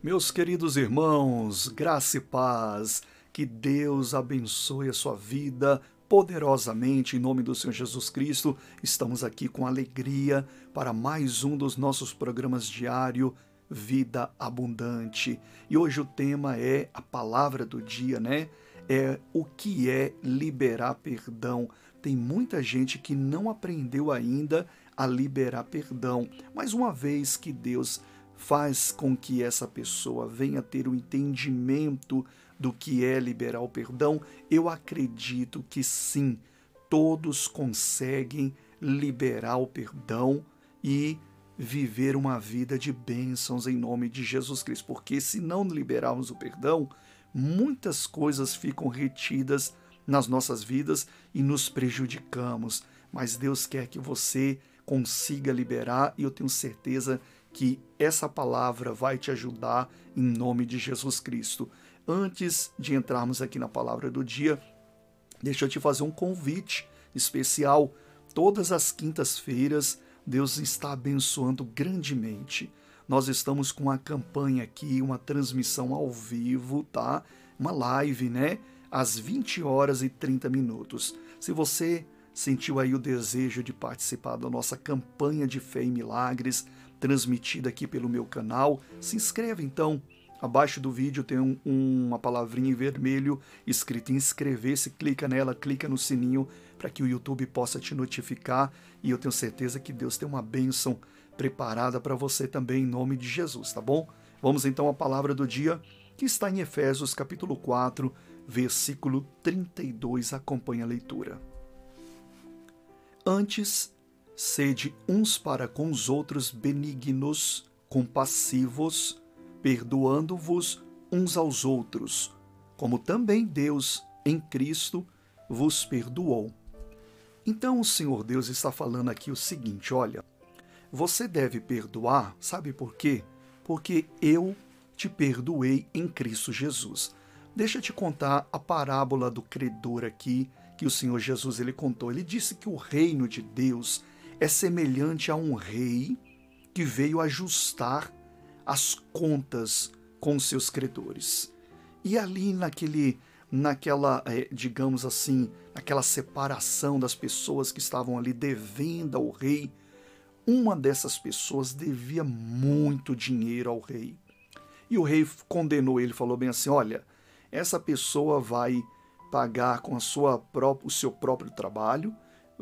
Meus queridos irmãos, graça e paz, que Deus abençoe a sua vida poderosamente em nome do Senhor Jesus Cristo. Estamos aqui com alegria para mais um dos nossos programas diário Vida Abundante. E hoje o tema é a palavra do dia, né? É o que é liberar perdão. Tem muita gente que não aprendeu ainda a liberar perdão, mas uma vez que Deus faz com que essa pessoa venha ter o entendimento do que é liberar o perdão, eu acredito que sim, todos conseguem liberar o perdão e viver uma vida de bênçãos em nome de Jesus Cristo. Porque se não liberarmos o perdão, muitas coisas ficam retidas nas nossas vidas e nos prejudicamos. Mas Deus quer que você consiga liberar e eu tenho certeza que essa palavra vai te ajudar em nome de Jesus Cristo. Antes de entrarmos aqui na palavra do dia, deixa eu te fazer um convite especial. Todas as quintas-feiras, Deus está abençoando grandemente. Nós estamos com uma campanha aqui, uma transmissão ao vivo, tá? Uma live, né? Às 20 horas e 30 minutos. Se você sentiu aí o desejo de participar da nossa campanha de fé e milagres, transmitida aqui pelo meu canal, se inscreva então. Abaixo do vídeo tem uma palavrinha em vermelho escrita inscrever-se, clica nela, clica no sininho para que o YouTube possa te notificar e eu tenho certeza que Deus tem uma bênção preparada para você também em nome de Jesus, tá bom? Vamos então à palavra do dia que está em Efésios capítulo 4, versículo 32, acompanha a leitura. Antes, sede uns para com os outros benignos, compassivos, perdoando-vos uns aos outros, como também Deus, em Cristo, vos perdoou. Então o Senhor Deus está falando aqui o seguinte, olha, você deve perdoar, sabe por quê? Porque eu te perdoei em Cristo Jesus. Deixa eu te contar a parábola do credor aqui, que o Senhor Jesus ele contou. Ele disse que o reino de Deus é semelhante a um rei que veio ajustar as contas com seus credores. E ali naquela, digamos assim, naquela separação das pessoas que estavam ali devendo ao rei, uma dessas pessoas devia muito dinheiro ao rei. E o rei condenou ele, falou bem assim, olha, essa pessoa vai pagar com o seu próprio trabalho,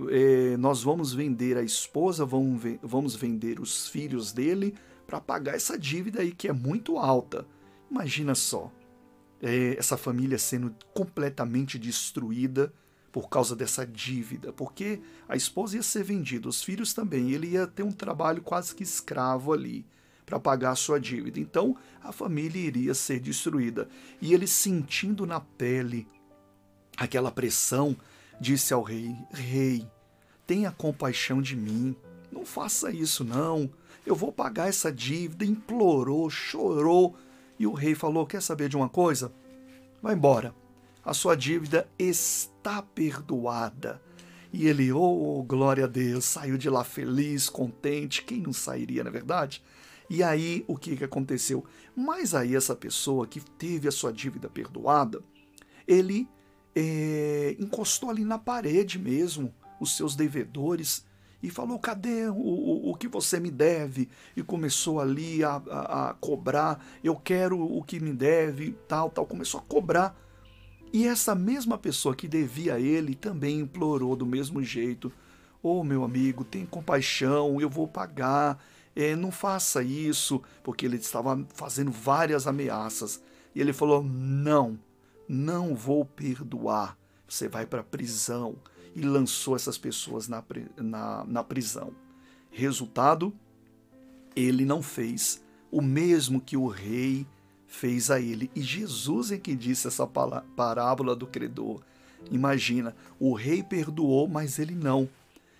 nós vamos vender a esposa, vamos vender os filhos dele para pagar essa dívida aí que é muito alta. Imagina só, essa família sendo completamente destruída por causa dessa dívida, porque a esposa ia ser vendida, os filhos também, ele ia ter um trabalho quase que escravo ali para pagar a sua dívida. Então a família iria ser destruída. E ele, sentindo na pele aquela pressão, disse ao rei, rei, tenha compaixão de mim, não faça isso não, eu vou pagar essa dívida, implorou, chorou, e o rei falou, quer saber de uma coisa? Vai embora, a sua dívida está perdoada. E ele, oh, glória a Deus, saiu de lá feliz, contente, quem não sairia, na verdade? E aí, o que aconteceu? Mas aí essa pessoa que teve a sua dívida perdoada, ele encostou ali na parede mesmo, os seus devedores, e falou, cadê o que você me deve? E começou ali a cobrar, eu quero o que me deve, tal, começou a cobrar. E essa mesma pessoa que devia a ele também implorou do mesmo jeito, ô meu amigo, tem compaixão, eu vou pagar, não faça isso, porque ele estava fazendo várias ameaças. E ele falou, não vou perdoar, você vai para a prisão. E lançou essas pessoas na prisão. Resultado, ele não fez o mesmo que o rei fez a ele. E Jesus é que disse essa parábola do credor. Imagina, o rei perdoou, mas ele não.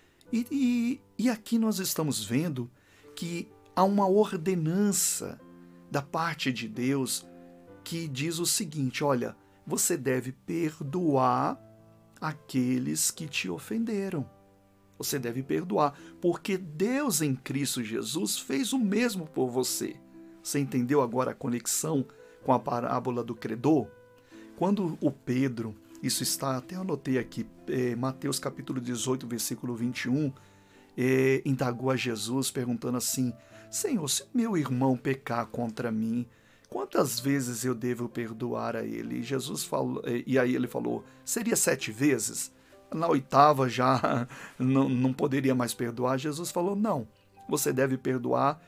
E aqui nós estamos vendo que há uma ordenança da parte de Deus que diz o seguinte, olha, você deve perdoar aqueles que te ofenderam. Você deve perdoar, porque Deus em Cristo Jesus fez o mesmo por você. Você entendeu agora a conexão com a parábola do credor? Quando o Pedro, isso está, até anotei aqui, Mateus capítulo 18, versículo 21, indagou a Jesus perguntando assim: Senhor, se meu irmão pecar contra mim, quantas vezes eu devo perdoar a ele? E Jesus falou, e aí ele falou: seria 7 vezes? Na 8ª já não poderia mais perdoar. Jesus falou: não, você deve perdoar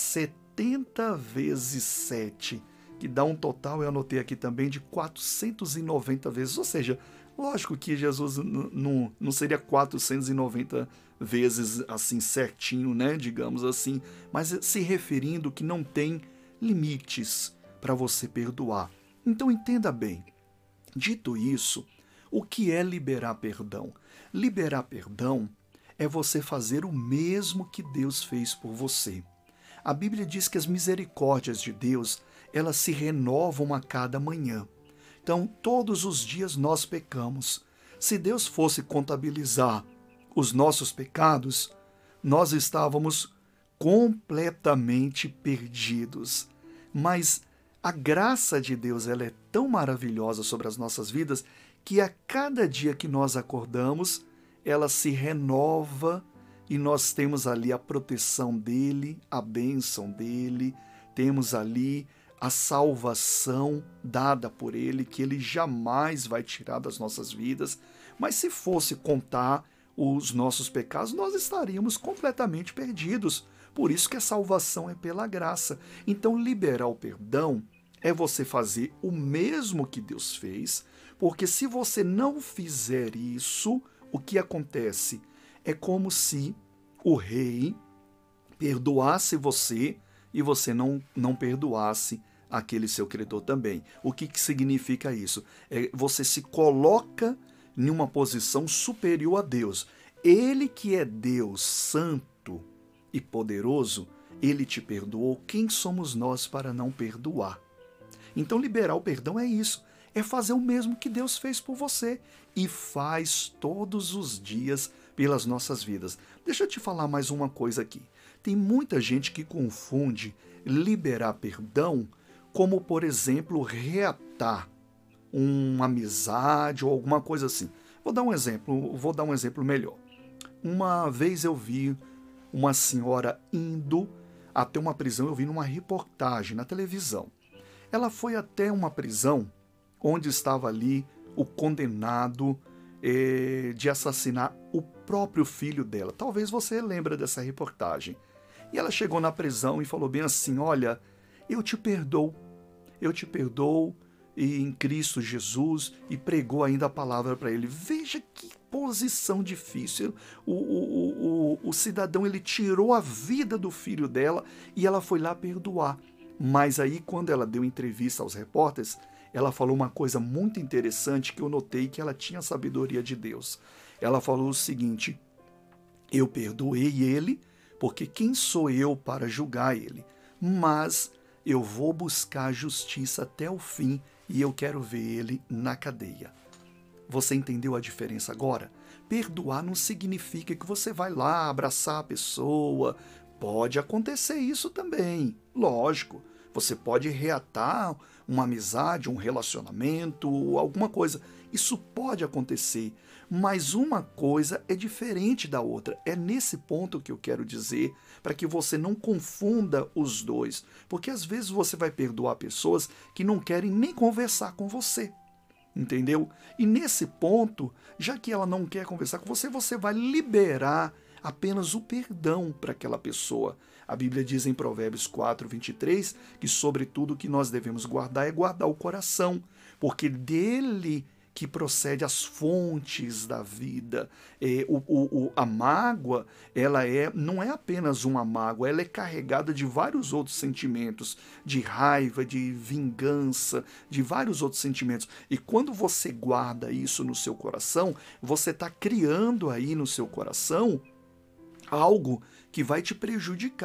70 vezes 7, que dá um total, eu anotei aqui também, de 490 vezes. Ou seja, lógico que Jesus não seria 490 vezes assim certinho, né, digamos assim, mas se referindo que não tem limites para você perdoar. Então entenda bem, dito isso, o que é liberar perdão? Liberar perdão é você fazer o mesmo que Deus fez por você. A Bíblia diz que as misericórdias de Deus, elas se renovam a cada manhã. Então, todos os dias nós pecamos. Se Deus fosse contabilizar os nossos pecados, nós estávamos completamente perdidos. Mas a graça de Deus, ela é tão maravilhosa sobre as nossas vidas que a cada dia que nós acordamos, ela se renova e nós temos ali a proteção dele, a bênção dele, temos ali a salvação dada por ele, que ele jamais vai tirar das nossas vidas. Mas se fosse contar os nossos pecados, nós estaríamos completamente perdidos. Por isso que a salvação é pela graça. Então, liberar o perdão é você fazer o mesmo que Deus fez, porque se você não fizer isso, o que acontece? É como se o rei perdoasse você e você não perdoasse aquele seu credor também. O que significa isso? Você se coloca em uma posição superior a Deus. Ele que é Deus santo e poderoso, ele te perdoou. Quem somos nós para não perdoar? Então liberar o perdão é isso. É fazer o mesmo que Deus fez por você e faz todos os dias pelas nossas vidas. Deixa eu te falar mais uma coisa aqui. Tem muita gente que confunde liberar perdão como, por exemplo, reatar uma amizade ou alguma coisa assim. Vou dar um exemplo melhor. Uma vez eu vi uma senhora indo até uma prisão, eu vi numa reportagem na televisão. Ela foi até uma prisão onde estava ali o condenado de assassinar o próprio filho dela. Talvez você lembre dessa reportagem. E ela chegou na prisão e falou bem assim: olha, eu te perdoo e em Cristo Jesus, e pregou ainda a palavra para ele. Veja que posição difícil. O cidadão, ele tirou a vida do filho dela e ela foi lá perdoar. Mas aí, quando ela deu entrevista aos repórteres, ela falou uma coisa muito interessante que eu notei que ela tinha sabedoria de Deus. Ela falou o seguinte: eu perdoei ele, porque quem sou eu para julgar ele? Mas eu vou buscar a justiça até o fim e eu quero ver ele na cadeia. Você entendeu a diferença agora? Perdoar não significa que você vai lá abraçar a pessoa. Pode acontecer isso também, lógico. Você pode reatar uma amizade, um relacionamento, alguma coisa. Isso pode acontecer, mas uma coisa é diferente da outra. É nesse ponto que eu quero dizer, para que você não confunda os dois. Porque às vezes você vai perdoar pessoas que não querem nem conversar com você. Entendeu? E nesse ponto, já que ela não quer conversar com você, você vai liberar apenas o perdão para aquela pessoa. A Bíblia diz em Provérbios 4, 23, que sobre tudo que nós devemos guardar é guardar o coração, porque dele que procede as fontes da vida. A mágoa, não é apenas uma mágoa, ela é carregada de vários outros sentimentos, de raiva, de vingança, de vários outros sentimentos. E quando você guarda isso no seu coração, você está criando aí no seu coração algo que vai te prejudicar,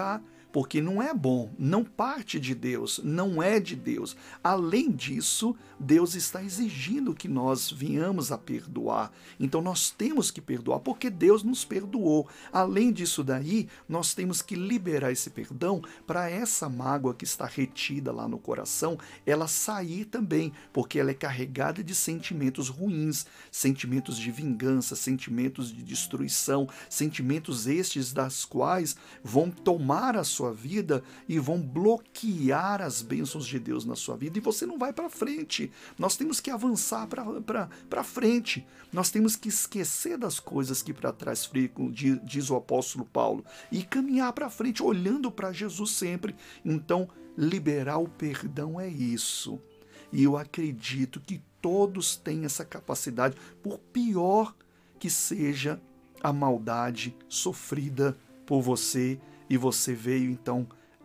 porque não é bom, não parte de Deus, não é de Deus. Além disso, Deus está exigindo que nós venhamos a perdoar. Então nós temos que perdoar, porque Deus nos perdoou. Além disso daí, nós temos que liberar esse perdão para essa mágoa que está retida lá no coração, ela sair também, porque ela é carregada de sentimentos ruins, sentimentos de vingança, sentimentos de destruição, sentimentos estes das quais vão tomar a sua vida e vão bloquear as bênçãos de Deus na sua vida, e você não vai para frente. Nós temos que avançar para frente. Nós temos que esquecer das coisas que para trás ficam, diz o apóstolo Paulo, e caminhar para frente, olhando para Jesus sempre. Então, liberar o perdão é isso. E eu acredito que todos têm essa capacidade, por pior que seja a maldade sofrida por você, e você veio então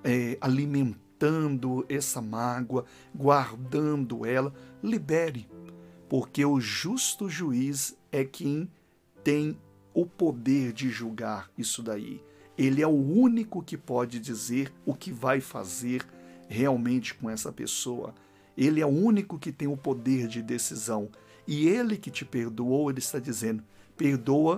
alimentando essa mágoa, guardando ela. Libere, porque o justo juiz é quem tem o poder de julgar isso daí. Ele é o único que pode dizer o que vai fazer realmente com essa pessoa. Ele é o único que tem o poder de decisão. E ele que te perdoou, ele está dizendo, perdoa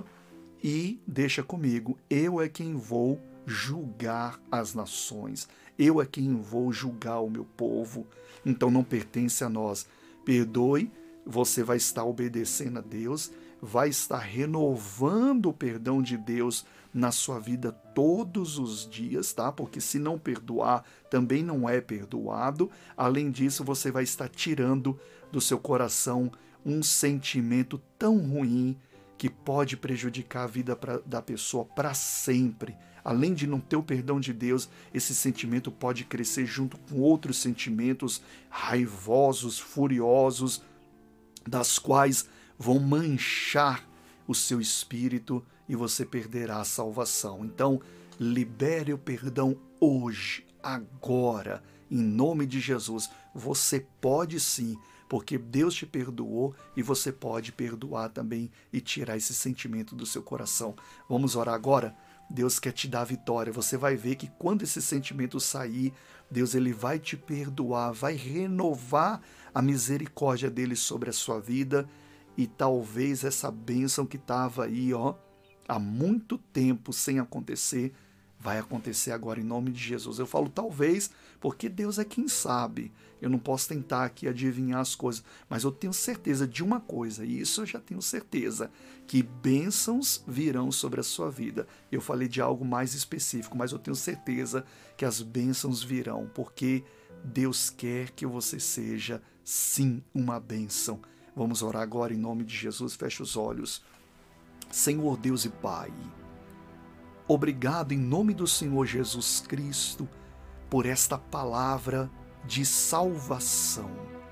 e deixa comigo. Eu é quem vou julgar as nações. Eu é quem vou julgar o meu povo. Então não pertence a nós. Perdoe, você vai estar obedecendo a Deus, vai estar renovando o perdão de Deus na sua vida todos os dias, tá? Porque se não perdoar, também não é perdoado. Além disso, você vai estar tirando do seu coração um sentimento tão ruim que pode prejudicar a vida da pessoa para sempre. Além de não ter o perdão de Deus, esse sentimento pode crescer junto com outros sentimentos raivosos, furiosos, das quais vão manchar o seu espírito e você perderá a salvação. Então, libere o perdão hoje, agora, em nome de Jesus. Você pode sim, porque Deus te perdoou e você pode perdoar também e tirar esse sentimento do seu coração. Vamos orar agora? Deus quer te dar a vitória. Você vai ver que quando esse sentimento sair, Deus ele vai te perdoar, vai renovar a misericórdia dele sobre a sua vida, e talvez essa bênção que estava aí, há muito tempo sem acontecer, vai acontecer agora em nome de Jesus. Eu falo talvez, porque Deus é quem sabe. Eu não posso tentar aqui adivinhar as coisas, mas eu tenho certeza de uma coisa, e isso eu já tenho certeza, que bênçãos virão sobre a sua vida. Eu falei de algo mais específico, mas eu tenho certeza que as bênçãos virão, porque Deus quer que você seja, sim, uma bênção. Vamos orar agora em nome de Jesus. Feche os olhos. Senhor Deus e Pai, obrigado em nome do Senhor Jesus Cristo por esta palavra de salvação.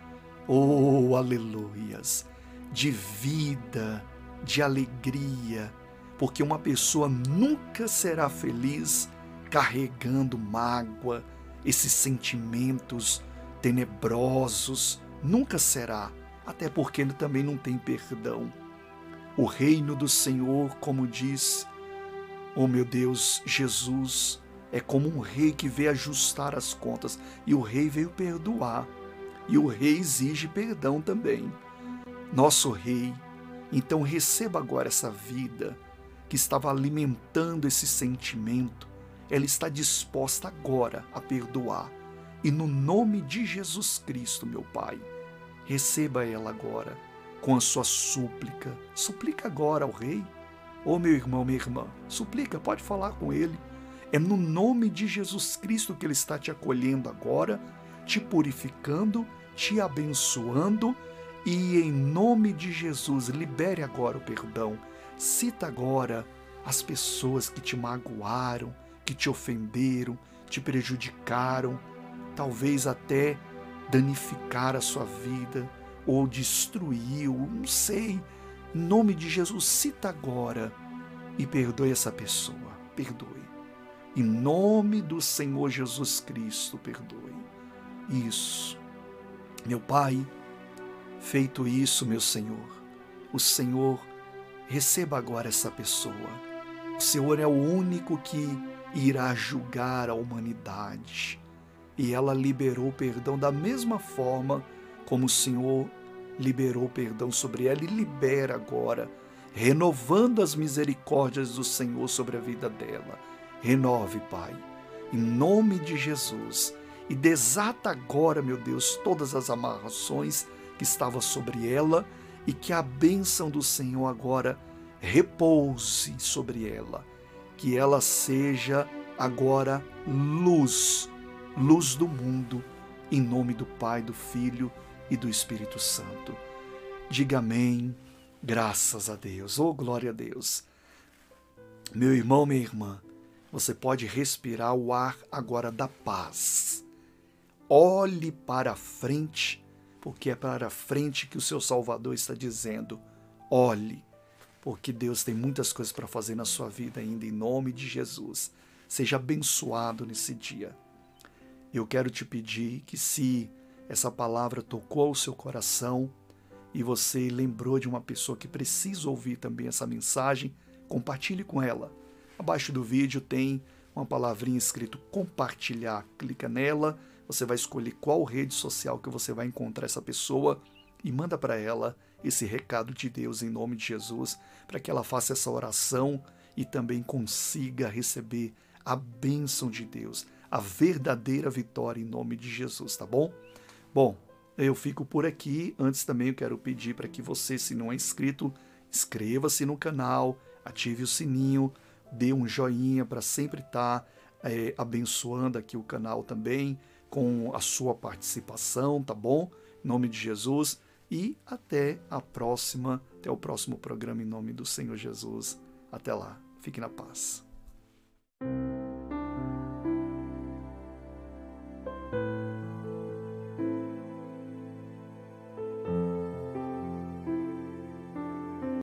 Oh, aleluias! De vida, de alegria, porque uma pessoa nunca será feliz carregando mágoa, esses sentimentos tenebrosos, nunca será, até porque ele também não tem perdão. O reino do Senhor, como diz, oh meu Deus, Jesus, é como um rei que veio ajustar as contas, e o rei veio perdoar, e o rei exige perdão também. Nosso rei, então receba agora essa vida que estava alimentando esse sentimento, ela está disposta agora a perdoar, e no nome de Jesus Cristo, meu Pai, receba ela agora com a sua súplica. Suplica agora ao rei. Ô meu irmão, minha irmã, suplica, pode falar com ele. É no nome de Jesus Cristo que ele está te acolhendo agora, te purificando, te abençoando, e em nome de Jesus, libere agora o perdão. Cita agora as pessoas que te magoaram, que te ofenderam, te prejudicaram, talvez até danificar a sua vida, ou destruiu, não sei. Em nome de Jesus, cita agora e perdoe essa pessoa. Perdoe. Em nome do Senhor Jesus Cristo, perdoe. Isso. Meu Pai, feito isso, meu Senhor, o Senhor receba agora essa pessoa. O Senhor é o único que irá julgar a humanidade. E ela liberou perdão da mesma forma como o Senhor liberou perdão sobre ela e libera agora, renovando as misericórdias do Senhor sobre a vida dela. Renove, Pai, em nome de Jesus, e desata agora, meu Deus, todas as amarrações que estavam sobre ela e que a bênção do Senhor agora repouse sobre ela, que ela seja agora luz, luz do mundo, em nome do Pai, do Filho e do Espírito Santo. Diga amém, graças a Deus, oh glória a Deus. Meu irmão, minha irmã, você pode respirar o ar agora da paz. Olhe para a frente, porque é para a frente que o seu Salvador está dizendo. Olhe, porque Deus tem muitas coisas para fazer na sua vida ainda, em nome de Jesus. Seja abençoado nesse dia. Eu quero te pedir que, se essa palavra tocou o seu coração e você lembrou de uma pessoa que precisa ouvir também essa mensagem, compartilhe com ela. Abaixo do vídeo tem uma palavrinha escrito compartilhar. Clica nela, você vai escolher qual rede social que você vai encontrar essa pessoa e manda para ela esse recado de Deus em nome de Jesus, para que ela faça essa oração e também consiga receber a bênção de Deus, a verdadeira vitória em nome de Jesus, tá bom? Bom, eu fico por aqui. Antes também eu quero pedir para que você, se não é inscrito, inscreva-se no canal, ative o sininho, dê um joinha para sempre estar abençoando aqui o canal também com a sua participação, tá bom? Em nome de Jesus. E até o próximo programa em nome do Senhor Jesus. Até lá. Fique na paz.